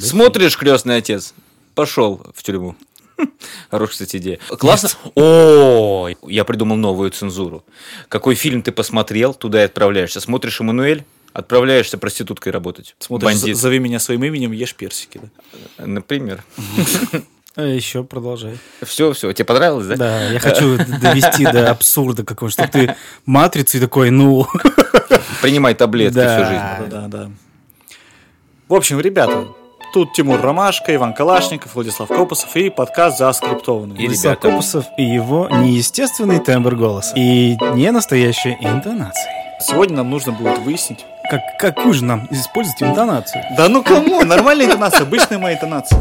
да? Смотришь «Крестный отец», пошел в тюрьму. Хорошая, кстати, идея. Классно. О, я придумал новую цензуру. Какой фильм ты посмотрел, туда и отправляешься. Смотришь «Эммануэль», отправляешься проституткой работать. Смотришь «Зови меня своим именем», ешь персики, да? Например. Еще продолжай. Все, тебе понравилось, да? Да, я хочу довести до абсурда какого-то, чтобы ты матрицу и такой, ну... Принимай таблетки всю жизнь. Да. В общем, ребята, тут Тимур Ромашко, Иван Калашников, Владислав Копосов и подкаст «Заскриптованный». И Владислав ребята. Копосов и его неестественный тембр голоса. И не настоящая интонация. Сегодня нам нужно будет выяснить... Какую же нам использовать интонацию? Да ну кому? Нормальная интонация, обычная моя интонация.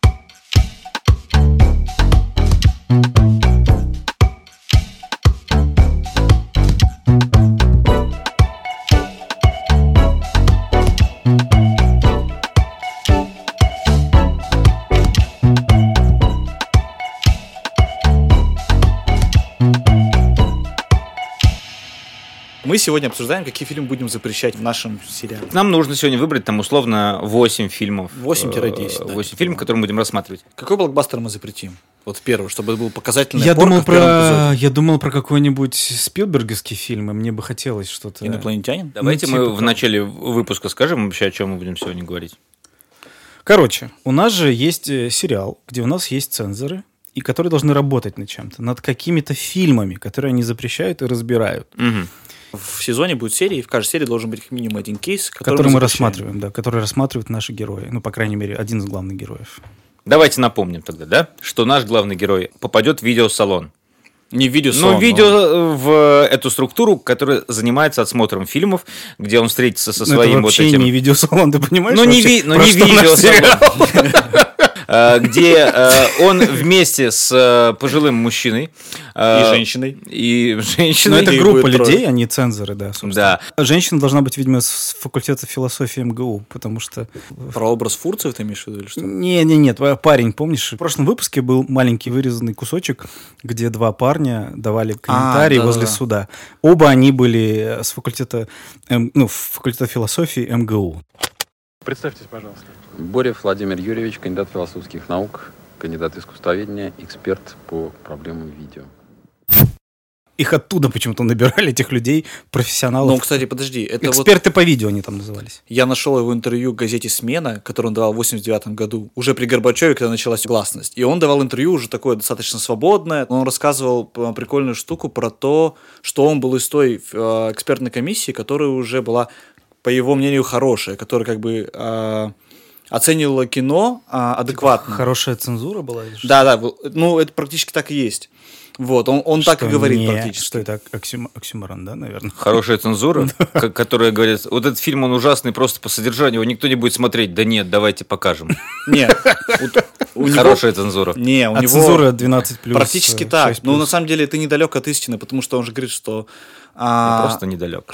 Мы сегодня обсуждаем, какие фильмы будем запрещать в нашем сериале. Нам нужно сегодня выбрать там условно 8 фильмов. 8-10. 8 фильмов, которые мы будем рассматривать. Какой блокбастер мы запретим? Вот первый, чтобы был показательный. Я думал про какой-нибудь спилберговский фильм, и мне бы хотелось что-то... «Инопланетянин»? Давайте мы в начале выпуска скажем вообще, о чем мы будем сегодня говорить. Короче, у нас же есть сериал, где у нас есть цензоры, и которые должны работать над чем-то, над какими-то фильмами, которые они запрещают и разбирают. Угу. В сезоне будет серии, и в каждой серии должен быть как минимум один кейс, который мы рассматриваем, да, который рассматривают наши герои. Ну, по крайней мере, один из главных героев. Давайте напомним тогда, да, что наш главный герой попадет в видеосалон. Не в видеосалон. В эту структуру, которая занимается отсмотром фильмов, где он встретится со своим это вообще вот этим... не видеосалон, ты понимаешь? Не видеосалон. Где он вместе с пожилым мужчиной и женщиной. Но это группа людей, они цензоры, да, собственно. Да. Женщина должна быть, видимо, с факультета философии МГУ, потому что... Про образ Фурцева ты имеешь в виду или что? Нет, парень, помнишь, в прошлом выпуске был маленький вырезанный кусочек, где два парня давали комментарии возле суда. Оба они были с факультета, факультета философии МГУ. Представьтесь, пожалуйста. Борев Владимир Юрьевич, кандидат философских наук, кандидат искусствоведения, эксперт по проблемам видео. Их оттуда почему-то набирали, этих людей, профессионалов. Ну, кстати, подожди. Это эксперты по видео они там назывались. Я нашел его интервью в газете «Смена», которое он давал в 1989 году, уже при Горбачеве, когда началась гласность. И он давал интервью уже такое достаточно свободное. Он рассказывал прикольную штуку про то, что он был из той экспертной комиссии, которая уже была, по его мнению, хорошая, которая как бы... оценивала кино адекватно. Хорошая цензура была? Да, ну это практически так и есть. Вот, он так и говорит практически. Что это оксюморон, да, наверное? Хорошая цензура, которая говорит, вот этот фильм, он ужасный просто по содержанию, его никто не будет смотреть. Да нет, давайте покажем. Нет. Хорошая цензура. Не, у него... цензура 12+. Практически так. Но на самом деле ты недалек от истины, потому что он же говорит, что... Я просто недалек.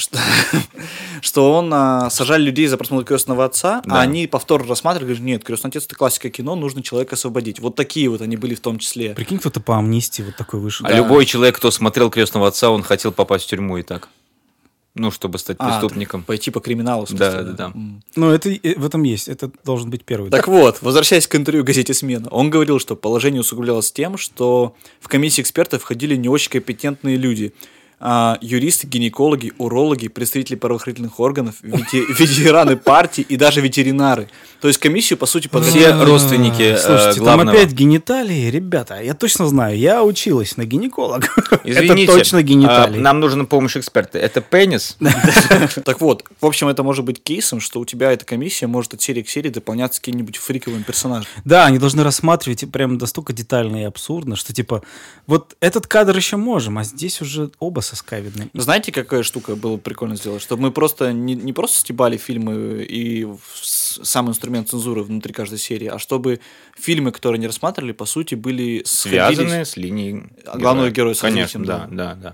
Что он сажали людей за просмотр «Крестного отца», а они повторно рассматривали, говорят, нет, «Крестный отец» — это классика кино, нужно человека освободить. Вот такие вот они были в том числе. Прикинь, кто-то по амнистии вот такой вышел. А любой человек, кто смотрел «Крестного отца», он хотел попасть в тюрьму и так. Ну, чтобы стать преступником. Пойти по криминалу, в смысле. Да. Ну, это в этом есть. Это должен быть первый. Так вот, возвращаясь к интервью в газете «Смена», он говорил, что положение усугублялось тем, что в комиссии экспертов входили не очень компетентные люди. Юристы, гинекологи, урологи, представители правоохранительных органов, ветераны партии и даже ветеринары. То есть комиссию, по сути, все родственники Слушайте, главного. Там опять гениталии, ребята, я точно знаю, я училась на гинеколога. Извините, это точно гениталии. Нам нужна помощь эксперта. Это пенис? Так вот, в общем, это может быть кейсом, что у тебя эта комиссия может от серии к серии дополняться каким-нибудь фриковым персонажем. Да, они должны рассматривать прям настолько детально и абсурдно, что типа, вот этот кадр еще можем, а здесь уже оба соска видны. Знаете, какая штука было прикольно сделать? Чтобы мы просто не просто стебали фильмы и сам инструмент цензуры внутри каждой серии, а чтобы фильмы, которые не рассматривали, по сути, были связаны с линией главного героя. Конечно, да.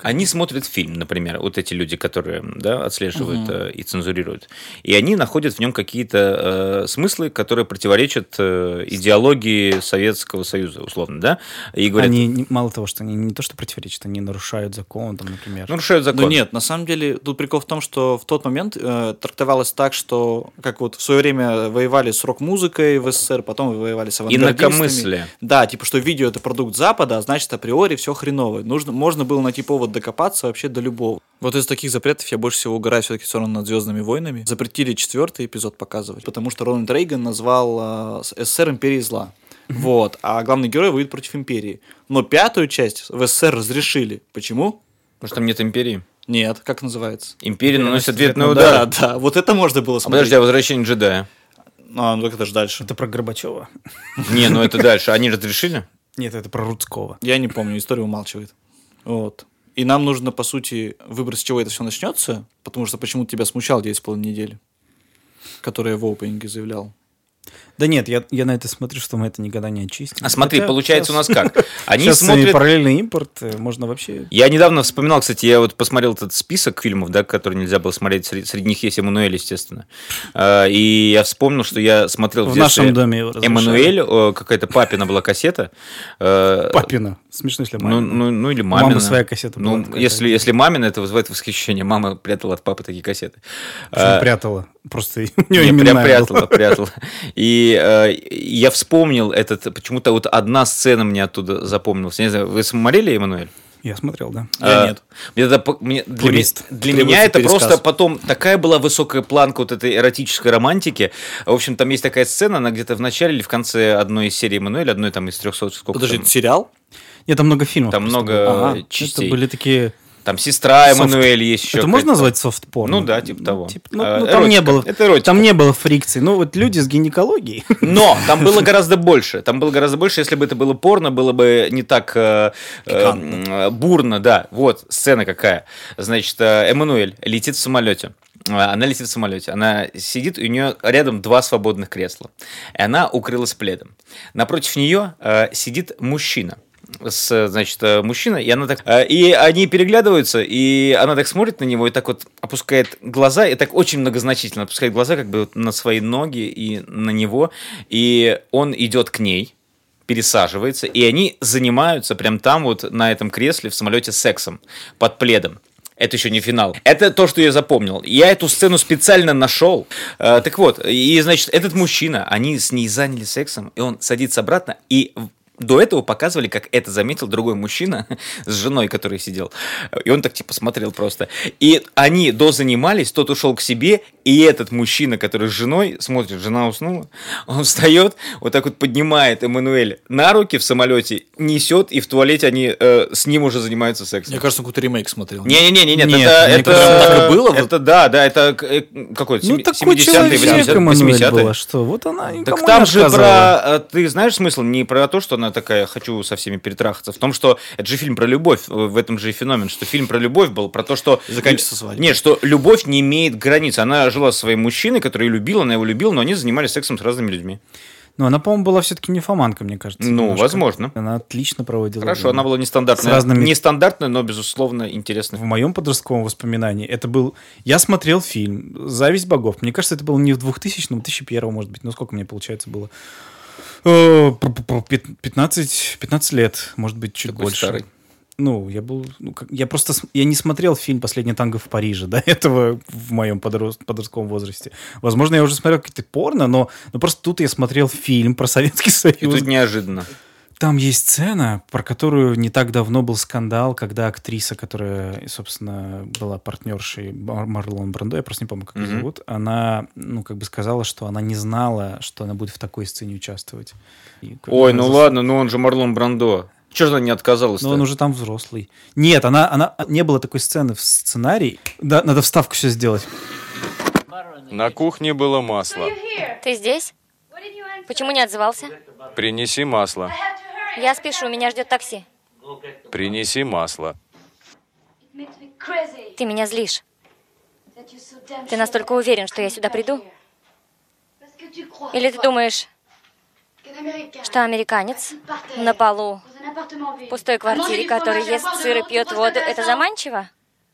Они смотрят фильм, например, вот эти люди, которые отслеживают и цензурируют. И они находят в нем какие-то смыслы, которые противоречат идеологии Советского Союза, условно, да? И говорят, они, мало того, что они не то, что противоречат, они нарушают закон, там, например. Нарушают закон. Но нет, на самом деле, тут прикол в том, что в тот момент трактовалось так, что как вот в свое время воевали с рок-музыкой в СССР, потом воевали с авангардистами. Инакомыслие. Да, типа, что видео — это продукт Запада, а значит, априори все хреново. Можно было найти повод докопаться вообще до любого. Вот из таких запретов я больше всего угораю все-таки все равно над «Звездными войнами». Запретили 4-й эпизод показывать, потому что Рональд Рейган назвал СССР империей зла. Вот, а главный герой воюет против империи. Но 5-ю часть в СССР разрешили. Почему? Потому что там нет империи. Нет, как называется? Империя наносит ответный удар. Да, вот это можно было смотреть. Подожди, а «Возвращение джедая»? Ну так это же дальше. Это про Горбачева? Не, ну это дальше. Они разрешили? Нет, это про Рудского. Я не помню, история умалчивает. Вот. И нам нужно, по сути, выбрать, с чего это все начнется, потому что почему-то тебя смущал 9,5 недели, которые я в опенинге заявлял. Да нет, я на это смотрю, что мы это никогда не очистим. А смотри, Хотя получается сейчас- у нас как? Они Сейчас смотрят... параллельный импорт, можно вообще... Я недавно вспоминал, кстати, я вот посмотрел этот список фильмов, да, которые нельзя было смотреть, среди них есть «Эммануэль», естественно. И я вспомнил, что я смотрел В детстве нашем доме его разрешали. «Эммануэль», какая-то папина была кассета. Папина. Смешно, если мамина. Ну или У мамина. мамы своя кассета была. Ну, какая-то. если мамина, это вызывает восхищение. Мама прятала от папы такие кассеты. Причем прятала. Просто у нее Не, именная прям была. прятала. И я вспомнил почему-то вот одна сцена мне оттуда запомнилась. Я не знаю, вы смотрели «Эммануэль»? Я смотрел, да. Я нет. Для меня это пересказ. просто потом такая была высокая планка вот этой эротической романтики. В общем, там есть такая сцена, она где-то в начале или в конце одной из серий «Эммануэль», одной там из 300, сколько Подожди, там. это сериал? Нет, там много фильмов. Там просто много было. Ага. частей. Это были такие... Там сестра Эммануэль есть еще. Это можно назвать софт-порно? Ну да, типа того. Там Эротика. не было. Это эротика. Там не было фрикций. Ну вот люди с гинекологией. Но там было гораздо больше. Там было гораздо больше, если бы это было порно, было бы не так бурно, да. Вот сцена какая. Значит, Эммануэль летит в самолете. Она летит в самолете. Она сидит, и у нее рядом 2 свободных кресла. И она укрылась пледом. Напротив нее сидит мужчина. Мужчина, и она так... И они переглядываются, и она так смотрит на него, и так вот опускает глаза, и так очень многозначительно опускает глаза как бы вот на свои ноги и на него, и он идет к ней, пересаживается, и они занимаются прям там вот на этом кресле в самолете сексом под пледом. Это еще не финал. Это то, что я запомнил. Я эту сцену специально нашел. Так вот, и, значит, этот мужчина, они с ней заняли сексом, и он садится обратно, и... До этого показывали, как это заметил другой мужчина с женой, который сидел. И он так типа смотрел просто. И они дозанимались, тот ушел к себе, и этот мужчина, который с женой, смотрит, жена уснула, он встает, вот так вот поднимает Эммануэль на руки в самолете, несет, и в туалете они с ним уже занимаются сексом. Мне кажется, какой-то ремейк смотрел. Не-не-не, Нет, это так и было? Это да, это какой-то Ну 70-е, такой человек 80-е. была, что вот она никому Так там не же рассказывала. ты знаешь смысл не про то, что она такая, хочу со всеми перетрахаться, в том, что это же фильм про любовь, в этом же и феномен, что фильм про любовь был, про то, что... Заканчивается свадьбой. Нет, что любовь не имеет границ. Она жила со своим мужчиной, который ее любил, она его любила, но они занимались сексом с разными людьми. Но она, по-моему, была все-таки нимфоманка, мне кажется. Ну, немножко. возможно. Она отлично проводила Хорошо, время. она была нестандартная. С разными- Нестандартная, но, безусловно, интересная. В моем подростковом воспоминании это был... Я смотрел фильм «Зависть богов». Мне кажется, это было не в 2000-м, 2001, может быть. Ну, сколько мне, получается, было? 15 лет, может быть, чуть Такой больше. старый. Ну, я был... Я не смотрел фильм «Последний танго в Париже» до этого в моем подростковом возрасте. Возможно, я уже смотрел какие-то порно, но просто тут я смотрел фильм про Советский И Союз. тут неожиданно. Там есть сцена, про которую не так давно был скандал, когда актриса, которая, собственно, была партнершей Марлон Брандо, я просто не помню, как ее зовут, она, сказала, что она не знала, что она будет в такой сцене участвовать. Ой, ну ладно, ну он же Марлон Брандо. Чего же она не отказалась-то? Но он уже там взрослый. Нет, она не было такой сцены в сценарии. Да, надо вставку сейчас сделать. На кухне было масло. Ты здесь? Почему не отзывался? Принеси масло. Я спешу, меня ждет такси. Принеси масло. Ты меня злишь. Ты настолько уверен, что я сюда приду? Или ты думаешь, что американец на полу пустой квартире, который ест сыр и пьет воду, это заманчиво?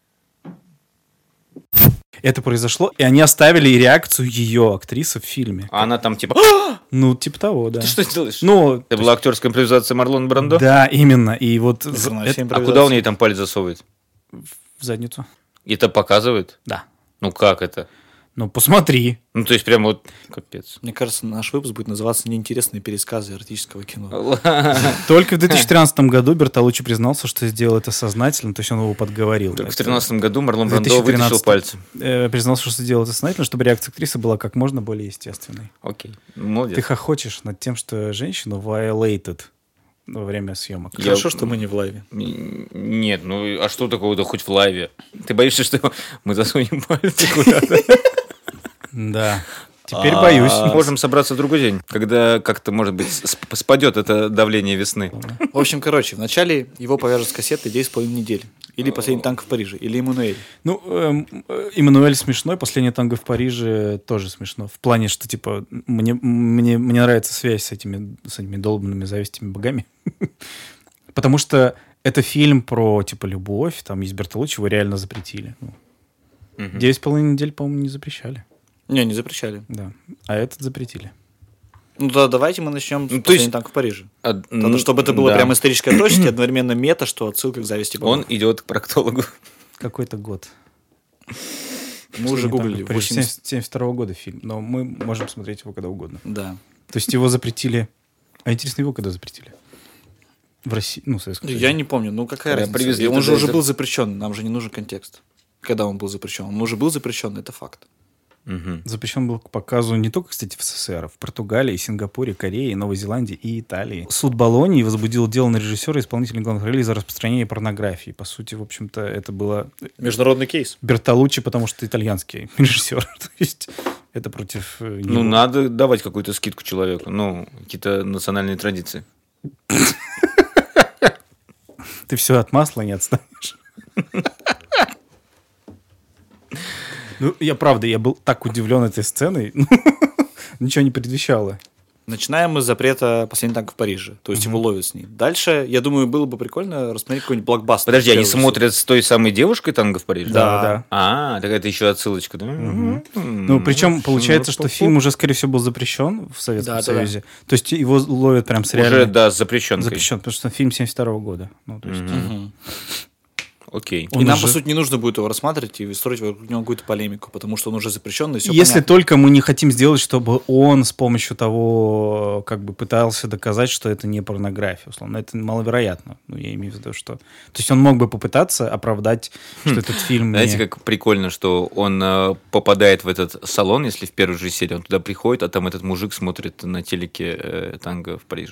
Это произошло, и они оставили реакцию ее актрисы в фильме. А она там типа... Ну, типа того, да. Ты что делаешь? Ну, Это была актерская импровизация Марлона Брандо? да, именно. И вот А куда он ей там палец засовывает? в задницу. И это показывает? Да. Ну как это? Ну, посмотри. Ну, то есть, прям вот капец. Мне кажется, наш выпуск будет называться «Неинтересные пересказы эротического кино». Только в 2013 году Бертолуччи признался, что сделал это сознательно, то есть он его подговорил. Только в 2013 году Марлон В Брандо 2013 вытащил пальцы. Признался, что сделал это сознательно, чтобы реакция актрисы была как можно более естественной. Окей, молодец. Ты хохочешь над тем, что женщину violated во время съемок. Хорошо, что мы не в лайве. Нет, ну а что такого-то хоть в лайве? Ты боишься, что мы засунем пальцы куда-то? Да. Теперь боюсь. Можем собраться в другой день, когда как-то, может быть, спадет это давление весны. В общем, короче, вначале его повяжут с кассеты 9,5 недель. Или «Последний танк в Париже», или «Эммануэль». Ну, Эммануэль смешной, «Последний танго в Париже» тоже смешно. В плане, что, типа, мне нравится связь с этими долбанными завистями богами. Потому что это фильм про, типа, любовь. Там есть Бертолуччи, его реально запретили. 9,5 недель, по-моему, не запрещали. Не запрещали. Да. А этот запретили. Ну да, давайте мы начнем с то «Последний есть- танк в Париже». А, Надо, чтобы это было да. прям историческая точность, и одновременно мета, что отсылка к зависти богов. Он идет к проктологу. Какой-то год. Мы уже «Последний гуглили. танго в Париже», 80... 72 года фильм. Но мы можем смотреть его когда угодно. Да. То есть его запретили... А интересно, его когда запретили? В России, ну, в Советском Союзе. Я не помню, ну какая Когда разница? привезли Он же туда уже из- был запрещен, нам же не нужен контекст. Когда он был запрещен? Он уже был запрещен, это факт. Запрещен был к показу не только, кстати, в СССР, а в Португалии, Сингапуре, Корее, Новой Зеландии и Италии. Суд Болоньи возбудил дело на режиссера и исполнителя главных ролей за распространение порнографии. По сути, в общем-то, это было Международный кейс. Бертолуччи, потому что итальянский режиссер. То есть это против него. Ну, надо давать какую-то скидку человеку. Ну, какие-то национальные традиции. Ты все от масла не отстанешь. Ну, я был так удивлен этой сценой. Ничего не предвещало. Начинаем мы с запрета «Последний танк в Париже». То есть его ловят с ней. Дальше, я думаю, было бы прикольно рассмотреть какой-нибудь блокбастер. Подожди, они Первый смотрят с той самой девушкой «Танго в Париже»? Да. А, так это еще отсылочка, да? Ну, причем получается, что фильм уже, скорее всего, был запрещен в Советском Да. Союзе. То есть его ловят прям с Уже, реальной... да, с запрещенкой. Запрещен, потому что фильм 72 года. Ну, то есть... Окей. И Он нам, уже- по сути, не нужно будет его рассматривать и строить вокруг него какую-то полемику, потому что он уже запрещенный, и все Если понятно. только мы не хотим сделать, чтобы он с помощью того, как бы пытался доказать, что это не порнография, условно. Это маловероятно. Ну, я имею в виду, что... То есть он мог бы попытаться оправдать, что этот фильм Знаете, не... как прикольно, что он попадает в этот салон, если в первой же серии он туда приходит, а там этот мужик смотрит на телеке «Танго в Париже».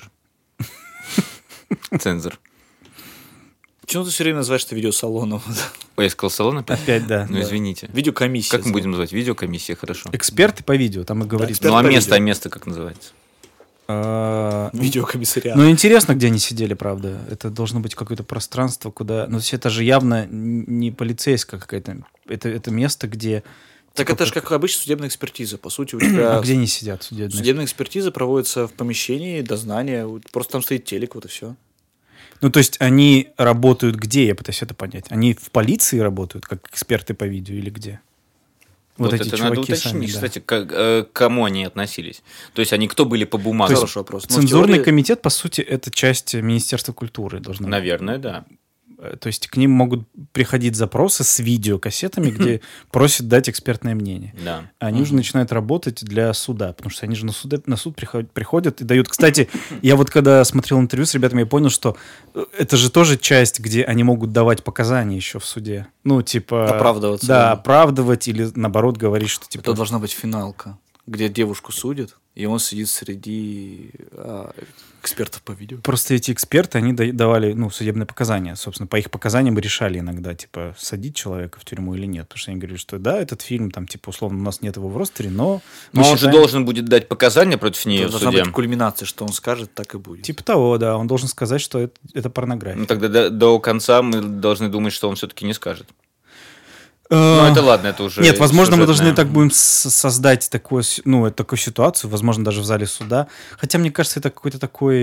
Цензор. Почему ты все время называешь это видеосалоном? Ой, я сказал салон опять? Опять, да. Ну, извините. Видеокомиссия. Как мы будем называть? Видеокомиссия, хорошо. Эксперты по видео, там и говорится. эксперт Ну, а по место, видео. место как называется? Видеокомиссариат. Ну, интересно, где они сидели, правда. Это должно быть какое-то пространство, куда... Ну, то есть это же явно не полицейская какая-то... Это место, где... Так это же как обычно судебная экспертиза. По сути, у тебя А где они сидят? Судебные? судебная экспертиза проводится в помещении, дознание. Просто там стоит телек, вот и все. Ну, то есть они работают где? Я пытаюсь это понять. Они в полиции работают, как эксперты по видео, или где? Вот эти это надо чуваки уточнить, сами, да. кстати, к кому они относились. То есть они кто были по бумагам? Хороший вопрос. Но в Цензурный теории- комитет, по сути, это часть Министерства культуры должна быть. Наверное, да. То есть к ним могут приходить запросы с видеокассетами, где просят дать экспертное мнение. Да. Они уже начинают работать для суда, потому что они же на суд приходят и дают... Кстати, я вот когда смотрел интервью с ребятами, я понял, что это же тоже часть, где они могут давать показания еще в суде. Ну, типа... Оправдываться, Да, да. оправдывать или, наоборот, говорить, что, типа... Это должна быть финалка, где девушку судят, и он сидит среди экспертов по видео. Просто эти эксперты, они давали, ну, судебные показания. Собственно, по их показаниям мы решали иногда, типа, садить человека в тюрьму или нет. Потому что они говорили, что да, этот фильм, там, типа, условно, у нас нет его в ростере, но... мы Но он же считаем- должен будет дать показания против нее Это в должна суде. быть кульминация, что он скажет, так и будет. Типа того, да. Он должен сказать, что это порнография. Ну, тогда до конца мы должны думать, что он все-таки не скажет. Ну, Ну, это ладно, это уже Нет, возможно, мы сюжетное. должны так будем создать такую ситуацию, возможно, даже в зале суда. Хотя, мне кажется, это какой-то такой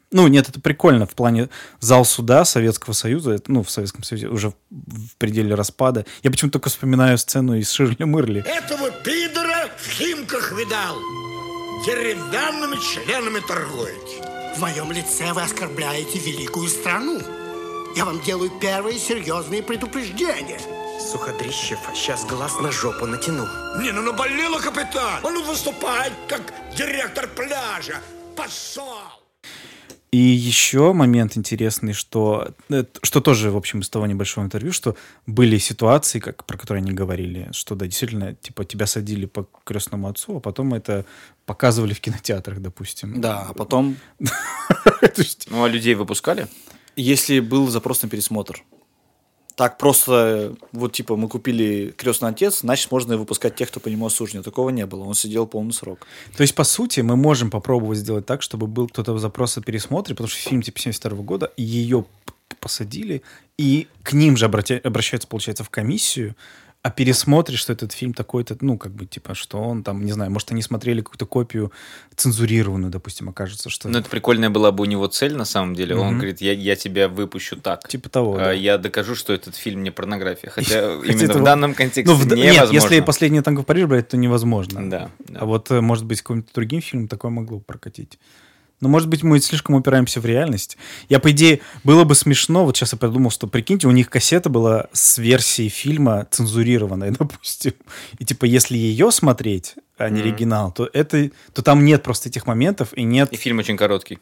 Ну, нет, это прикольно в плане зал суда Советского Союза, в Советском Союзе уже в пределе распада. Я почему-то только вспоминаю сцену из Ширли-Мырли. Этого пидора в Химках видал. Деревянными членами торгуете. В моем лице вы оскорбляете великую страну. Я вам делаю первые серьезные предупреждения. Суходрищев сейчас глаз на жопу натянул. Не, ну наболело, капитан. Он выступает как директор пляжа. Пошел. И еще момент интересный, что тоже, в общем, из того небольшого интервью, что были ситуации, про которые они говорили, что да, действительно, типа, тебя садили по крестному отцу, а потом это показывали в кинотеатрах, допустим. Да, а потом... Ну, а людей выпускали? Если был запрос на пересмотр. Так просто, вот типа мы купили «Крестный отец», значит можно выпускать тех, кто по нему осужден. Такого не было, он сидел полный срок. То есть, по сути, мы можем попробовать сделать так, чтобы был кто-то запрос о пересмотре, потому что фильм типа 72 года, и ее посадили, и к ним же обращаются, получается, в комиссию о пересмотре, что этот фильм такой-то, что он там, не знаю, может, они смотрели какую-то копию цензурированную, допустим, окажется, что... Ну, это прикольная была бы у него цель, на самом деле. Он говорит, я тебя выпущу так. Типа того, да. Я докажу, что этот фильм не порнография. Хотя именно в данном контексте невозможно. Нет, если «Последний танго в Париже» брать, то невозможно. Да. А вот, может быть, с каким-то другим фильмом такое могло бы прокатить. Но, может быть, мы слишком упираемся в реальность. По идее, было бы смешно, вот сейчас я придумал, что, прикиньте, у них кассета была с версией фильма цензурированной, допустим. И, типа, если ее смотреть, а не оригинал, то там нет просто этих моментов, и нет... И фильм очень короткий.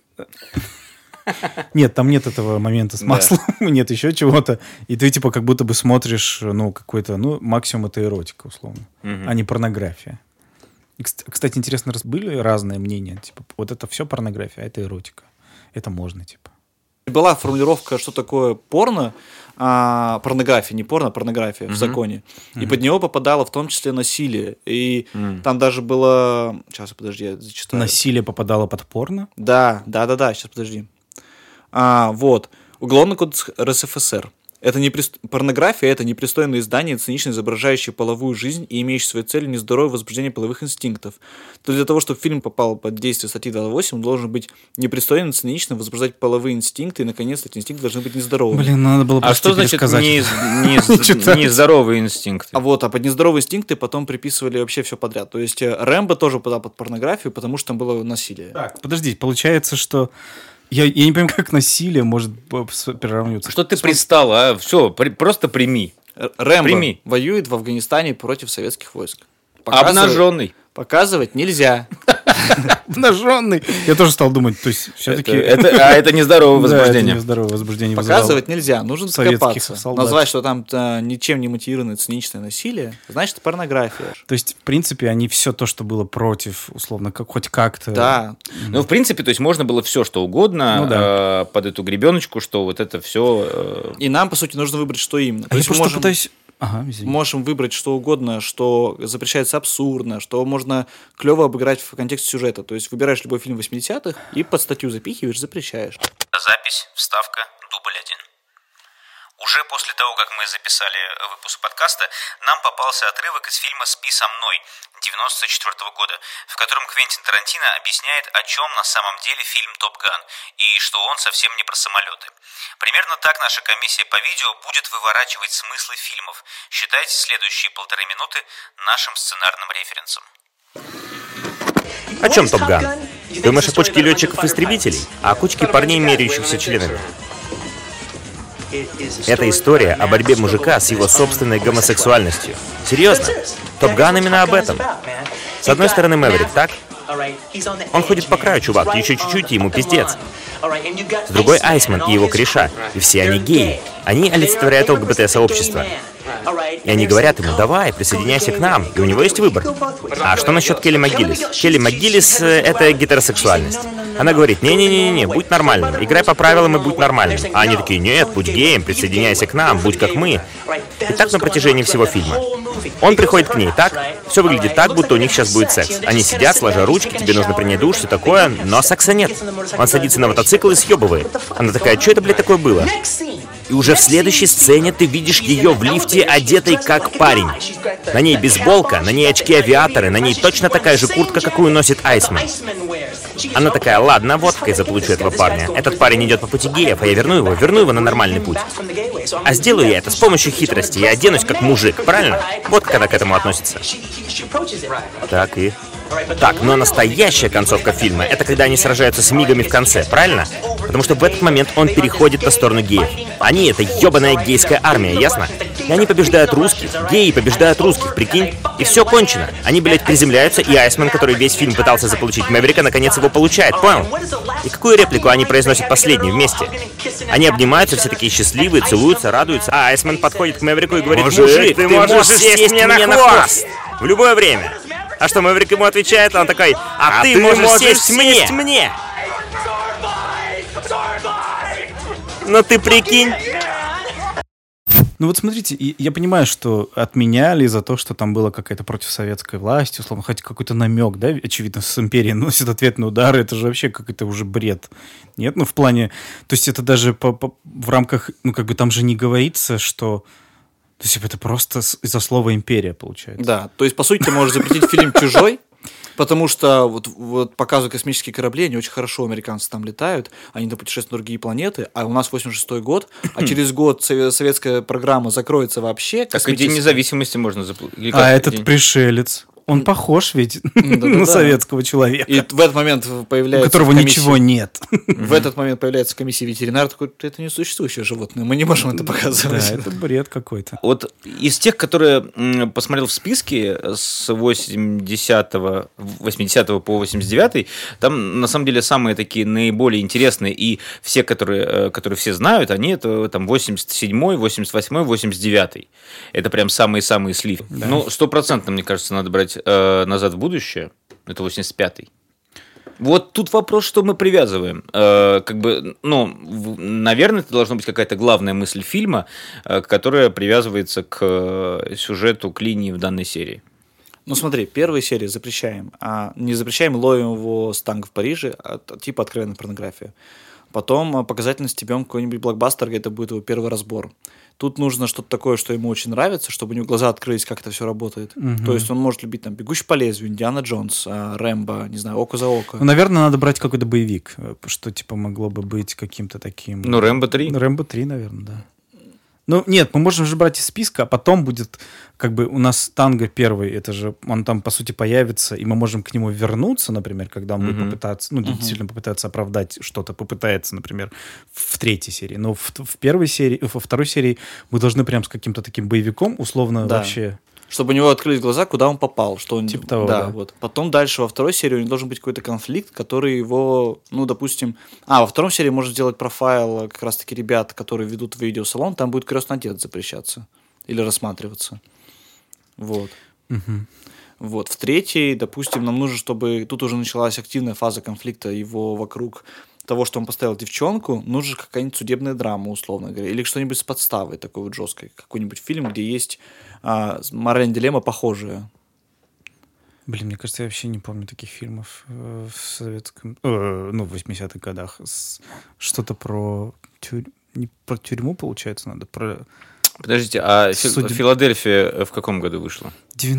Нет, там нет этого момента с маслом, нет еще чего-то. И ты, типа, как будто бы смотришь, какой-то, максимум это эротика, условно, а не порнография. И, кстати, интересно, были разные мнения. Типа, вот это все порнография, а это эротика. Это можно, типа. Была формулировка, что такое порно, порнография, не порно, а порнография в законе. И под него попадало в том числе насилие. И там даже было... Сейчас, подожди, я зачитаю. Насилие попадало под порно? Да, сейчас, подожди. Вот. Уголовный кодекс РСФСР. Порнография – это непристойное издание, цинично изображающее половую жизнь и имеющее своей целью нездоровое возбуждение половых инстинктов. То для того, чтобы фильм попал под действие статьи 28, он должен быть непристойно, цинично возбуждать половые инстинкты, и, наконец, эти инстинкты должны быть нездоровыми. Блин, надо было просто что значит нездоровые инстинкты? А под нездоровые инстинкты потом приписывали вообще все подряд. То есть Рэмбо тоже подал под порнографию, потому что там было насилие. Так, подожди, получается, что... Я не понимаю, как насилие может приравниваться. Что ты пристал, а? Все, просто прими. Рэмбо воюет в Афганистане против советских войск. Обнаженный. Показывать нельзя. Обнаженный. Я тоже стал думать, то есть все-таки... Это нездоровое возбуждение. Да, это нездоровое возбуждение. Показывать нельзя, нужно докопаться. Солдат. Назвать, что там ничем не мотивированное циничное насилие, значит, порнография. То есть, в принципе, они все то, что было против, условно, хоть как-то... Да. Ну, в принципе, то есть можно было все, что угодно под эту гребеночку, что вот это все... И нам, по сути, нужно выбрать, что именно. Я просто пытаюсь... Можем выбрать что угодно, что запрещается абсурдно, что можно клево обыграть в контексте сюжета. То есть выбираешь любой фильм 80-х и под статью запихиваешь, запрещаешь. Запись, вставка, дубль 1. Уже после того, как мы записали выпуск подкаста, нам попался отрывок из фильма «Спи со мной» 1994 года, в котором Квентин Тарантино объясняет, о чем на самом деле фильм «Топ Ган» и что он совсем не про самолеты. Примерно так наша комиссия по видео будет выворачивать смыслы фильмов. Считайте следующие 1,5 минуты нашим сценарным референсом. О чем «Топ Ган»? Думаешь о кучке летчиков-истребителей? А о кучке парней, меряющихся членами? Это история о борьбе мужика с его собственной гомосексуальностью. Серьезно? Топ Ган именно об этом. С одной стороны, Мэверик, так? Он ходит по краю, чувак, еще чуть-чуть, и ему пиздец. С другой, Айсман и его кореша. И все они геи. Они олицетворяют ЛГБТ-сообщество. И они говорят ему: давай, присоединяйся к нам. И у него есть выбор. А что насчет Келли МакГиллис? Келли МакГиллис — это гетеросексуальность. Она говорит: не-не-не-не, будь нормальным, играй по правилам и будь нормальным. А они такие: нет, будь геем, присоединяйся к нам, будь как мы. И так на протяжении всего фильма. Он приходит к ней, так? Все выглядит так, будто у них сейчас будет секс. Они сидят, сложа ручки, тебе нужно принять душ, все такое, но секса нет. Он садится на мотоцикл и съебывает. Она такая: что это, блядь, такое было? И уже в следующей сцене ты видишь ее в лифте, одетой как парень. На ней бейсболка, на ней очки-авиаторы, на ней точно такая же куртка, какую носит Айсман. Она такая: ладно, водкой заполучу этого парня. Этот парень идет по пути геев, а я верну его на нормальный путь. А сделаю я это с помощью хитрости. Я оденусь как мужик, правильно? Вот как она к этому относится. Так, но настоящая концовка фильма — это когда они сражаются с мигами в конце, правильно? Потому что в этот момент он переходит на сторону геев. Они — это ёбаная гейская армия, ясно? И они побеждают русских, геи побеждают русских, прикинь? И все кончено. Они, блядь, приземляются, и Айсмен, который весь фильм пытался заполучить Мэверика, наконец его получает, понял? И какую реплику они произносят последней вместе? Они обнимаются, все такие счастливые, целуются, радуются, а Айсмен подходит к Мэверику и говорит: «Мужик, ты можешь сесть мне на хвост! В любое время!» А что, Мэверик ему отвечает, он такой: «А ты можешь сесть мне!» Ну ты прикинь. Ну вот смотрите, я понимаю, что отменяли за то, что там была какая-то противосоветская власть, условно, хоть какой-то намек, да, очевидно, с империей наносит ответные удары, это же вообще какой-то уже бред. Нет, ну в плане, то есть это даже в рамках, ну как бы там же не говорится, что... То есть это просто из-за слова «империя» получается. Да, то есть, по сути, ты можешь запретить фильм «Чужой», потому что вот показывают космические корабли, они очень хорошо, американцы там летают, они там путешествуют на другие планеты, а у нас 86-й год, а через год советская программа закроется вообще. Так и День независимости можно заплатить. А этот пришелец, он похож ведь на советского человека. И в этот момент появляется... У которого ничего нет. В этот момент появляется комиссия ветеринар, такой: это не существующее животное, мы не можем это показывать. Да, это бред какой-то. Вот из тех, которые посмотрел в списке с 80 по 89, там на самом деле самые такие наиболее интересные, и все, которые все знают, они это там 87-й, 88-й, 89-й. Это прям самые-самые сливы. Да. Ну, 100%, мне кажется, надо брать «Назад в будущее», это 85-й. Вот тут вопрос, что мы привязываем. Как бы, ну, наверное, это должна быть какая-то главная мысль фильма, которая привязывается к сюжету, к линии в данной серии. Ну смотри, первые серии запрещаем, а не запрещаем, ловим его с танк в Париже, типа откровенная порнография. Потом показательно стебем какой-нибудь блокбастер, это будет его первый разбор. Тут нужно что-то такое, что ему очень нравится, чтобы у него глаза открылись, как это все работает. Угу. То есть он может любить там «Бегущий по лезвию», «Индиана Джонс», «Рэмбо», не знаю, «Око за око». Ну, наверное, надо брать какой-то боевик, что типа могло бы быть каким-то таким... Ну, «Рэмбо 3». «Рэмбо 3», наверное, да. Ну, нет, мы можем же брать из списка, а потом будет, как бы, у нас «Танго» первый, это же, он там, по сути, появится, и мы можем к нему вернуться, например, когда он будет попытаться, ну, действительно попытаться оправдать что-то, попытается, например, в третьей серии. Но в первой серии, во второй серии мы должны прям с каким-то таким боевиком, условно, вообще... Чтобы у него открылись глаза, куда он попал. Что он... Типа того, да. Вот. Потом дальше во второй серии у него должен быть какой-то конфликт, который его, ну, допустим... во втором серии можно сделать профайл как раз-таки ребят, которые ведут видеосалон, там будет крестный отец запрещаться или рассматриваться. Вот. Вот. В третьей, допустим, нам нужно, чтобы... Тут уже началась активная фаза конфликта его вокруг того, что он поставил девчонку, нужна какая-нибудь судебная драма, условно говоря, или что-нибудь с подставой такой вот жесткой. Какой-нибудь фильм, где есть моральная дилемма похожая. Блин, мне кажется, я вообще не помню таких фильмов в советском... ну, в 80-х годах. Что-то про... Не про тюрьму, получается, надо, про... Подождите, а «Филадельфия» в каком году вышла?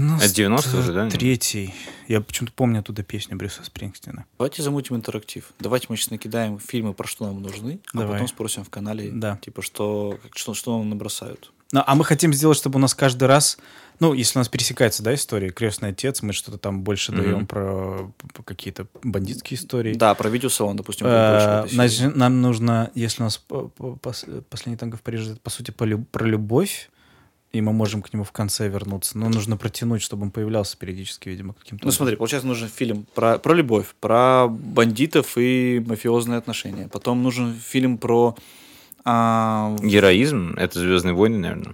90 уже, да? 93-й. Я почему-то помню оттуда песню Брюса Спрингстина. Давайте замутим интерактив. Давайте мы сейчас накидаем фильмы, про что нам нужны, а потом спросим в канале, типа, что нам набросают. Ну, а мы хотим сделать, чтобы у нас каждый раз, ну, если у нас пересекается, да, история, «Крестный отец», мы что-то там больше даем про какие-то бандитские истории. Да, про видеосалон, допустим. Нам нужно, если у нас «Последний танго в Париже», это, по сути, про любовь, и мы можем к нему в конце вернуться, но нужно протянуть, чтобы он появлялся периодически, видимо, каким-то... Ну, смотри, получается, нужен фильм про любовь, про бандитов и мафиозные отношения. Потом нужен фильм про... Героизм? Это «Звездные войны», наверное.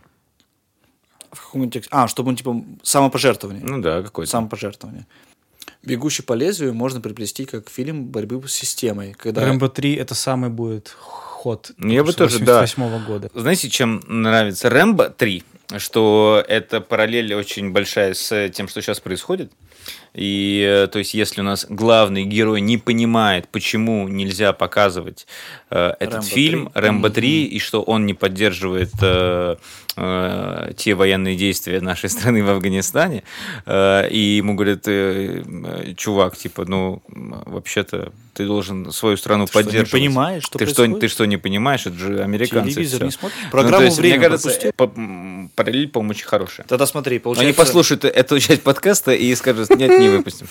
В каком контексте? Чтобы он, типа, самопожертвование. Ну да, какое-то. Самопожертвование. «Бегущий по лезвию» можно приплести как фильм борьбы с системой. Когда... «Рэмбо 3» — это самый будет ход. Я бы тоже, 88-го года. Знаете, чем нравится «Рэмбо 3»? Что это параллель очень большая с тем, что сейчас происходит. И, то есть, если у нас главный герой не понимает, почему нельзя показывать этот фильм «Рэмбо 3», и что он не поддерживает те военные действия нашей страны в Афганистане, и ему говорят, чувак, типа, ну, вообще-то ты должен свою страну поддерживать. Ты не понимаешь, что происходит? Ты что, не понимаешь? Это же американцы. Телевизор не смотришь? Программу «Время» мне кажется, параллель, по-моему, очень хорошая. Тогда смотри, получается... Они послушают эту часть подкаста и скажут, нет, не выпустим.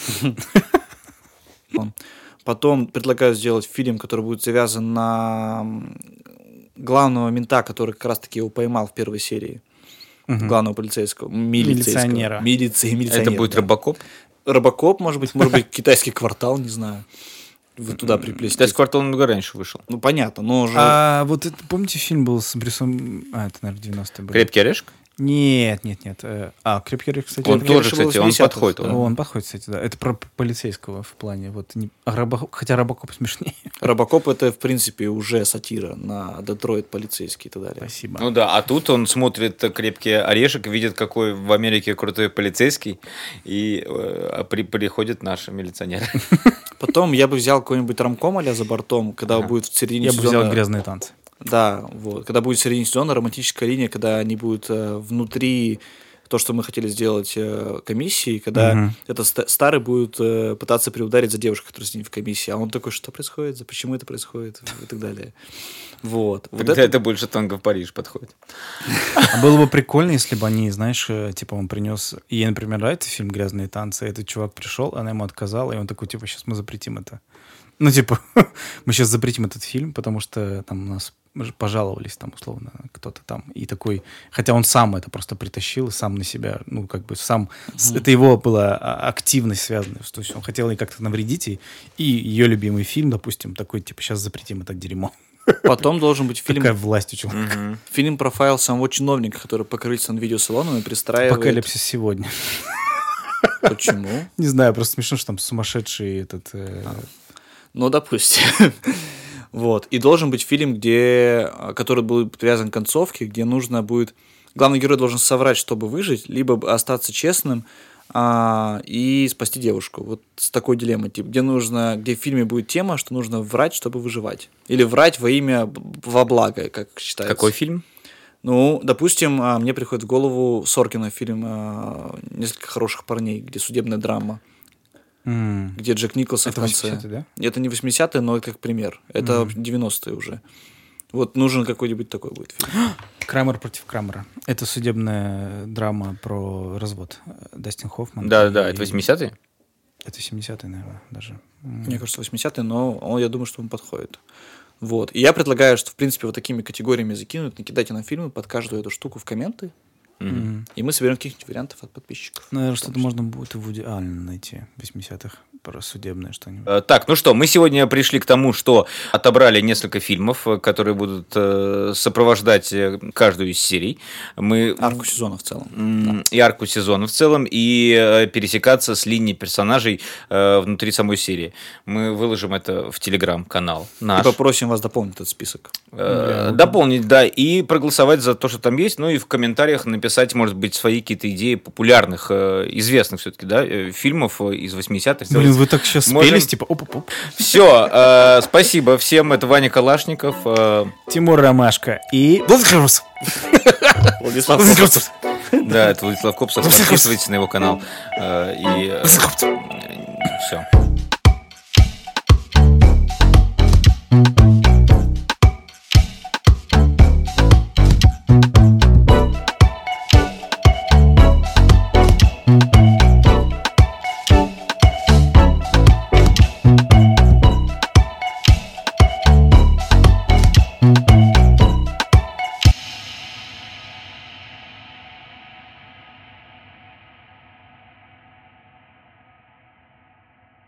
Потом предлагаю сделать фильм, который будет завязан на главного мента, который как раз-таки его поймал в первой серии. Главного полицейского. Милиционера. Милиционера. Это будет Робокоп? Робокоп, может быть, китайский квартал, не знаю. Вы туда приплести. Китайский квартал много раньше вышел. Ну, понятно, но уже... А вот это, помните, фильм был с Брюсом... это, наверное, 90-е были. «Крепкий орешек»? Нет. «Крепкий орешек», кстати... Он тоже, кстати, он подходит. Он подходит, кстати, да. Это про полицейского в плане. Хотя Робокоп смешнее. Робокоп — это, в принципе, уже сатира на Детройт, полицейский и так далее. Спасибо. Ну да, а тут он смотрит «Крепкий орешек», видит, какой в Америке крутой полицейский, и приходит наш милиционер. Потом я бы взял какой-нибудь ромком а-ля «За бортом», когда будет в середине сезона... Я бы взял «Грязные танцы». Да, вот. Когда будет в середине сезона романтическая линия, когда они будут внутри то, что мы хотели сделать комиссии, когда этот старый будет пытаться приударить за девушкой, которая с ним в комиссии, а он такой, что происходит, почему это происходит и так далее. Вот. Тогда это больше «Танго в Париж» подходит. А было бы прикольно, если бы они, знаешь, типа он принес... Ей, например, нравится фильм «Грязные танцы», этот чувак пришел, она ему отказала, и он такой, типа, сейчас мы запретим это. Ну, типа, мы сейчас запретим этот фильм, потому что там у нас пожаловались там условно кто-то там. И такой, хотя он сам это просто притащил, сам на себя, ну, как бы сам, это его была активность связана, то есть он хотел ей как-то навредить, и ее любимый фильм, допустим, такой, типа, сейчас запретим это дерьмо. Потом должен быть фильм... Какая власть у человека. Фильм про файл самого чиновника, который покрылся над видеосалоном и пристраивает... Апокалипсис сегодня. Почему? Не знаю, просто смешно, что там сумасшедший этот... Ну, допустим. Вот. И должен быть фильм, который будет привязан к концовке, где нужно будет... Главный герой должен соврать, чтобы выжить, либо остаться честным и спасти девушку. Вот с такой дилеммой. Типа, где в фильме будет тема, что нужно врать, чтобы выживать. Или врать во благо, как считается. Какой фильм? Ну, допустим, мне приходит в голову Соркина фильм «Несколько хороших парней», где судебная драма. Где Джек Николсон в конце. Это 80-е, да? Это не 80-е, но это как пример. Это 90-е уже. Вот нужен какой-нибудь такой будет фильм. «Крамер против Крамера». Это судебная драма про развод. Дастин Хоффман. Да, это 80-е? Это 70-е, наверное, даже. Мне кажется, 80-е, но я думаю, что он подходит. Вот. И я предлагаю, что, в принципе, вот такими категориями закинуть, накидайте нам фильмы под каждую эту штуку в комменты. И мы соберем каких-нибудь вариантов от подписчиков. Наверное, что-то можно будет и Вуди Аллена найти в 80-х. Про судебное что-нибудь. Так, ну что, мы сегодня пришли к тому, что отобрали несколько фильмов, которые будут сопровождать каждую из серий. Арку сезона в целом. И арку сезона в целом, и пересекаться с линией персонажей внутри самой серии. Мы выложим это в Телеграм-канал наш. И попросим вас дополнить этот список. Дополнить, да, и проголосовать за то, что там есть, ну и в комментариях написать, может быть, свои какие-то идеи популярных, известных все-таки, да, фильмов из 80-х. Блин, вы так сейчас спелись, типа оп-оп-оп. Все, спасибо всем, это Ваня Калашников, Тимур Ромашко и... Владислав Копсов. Да, это Владислав Копсов, подписывайтесь на его канал, и все.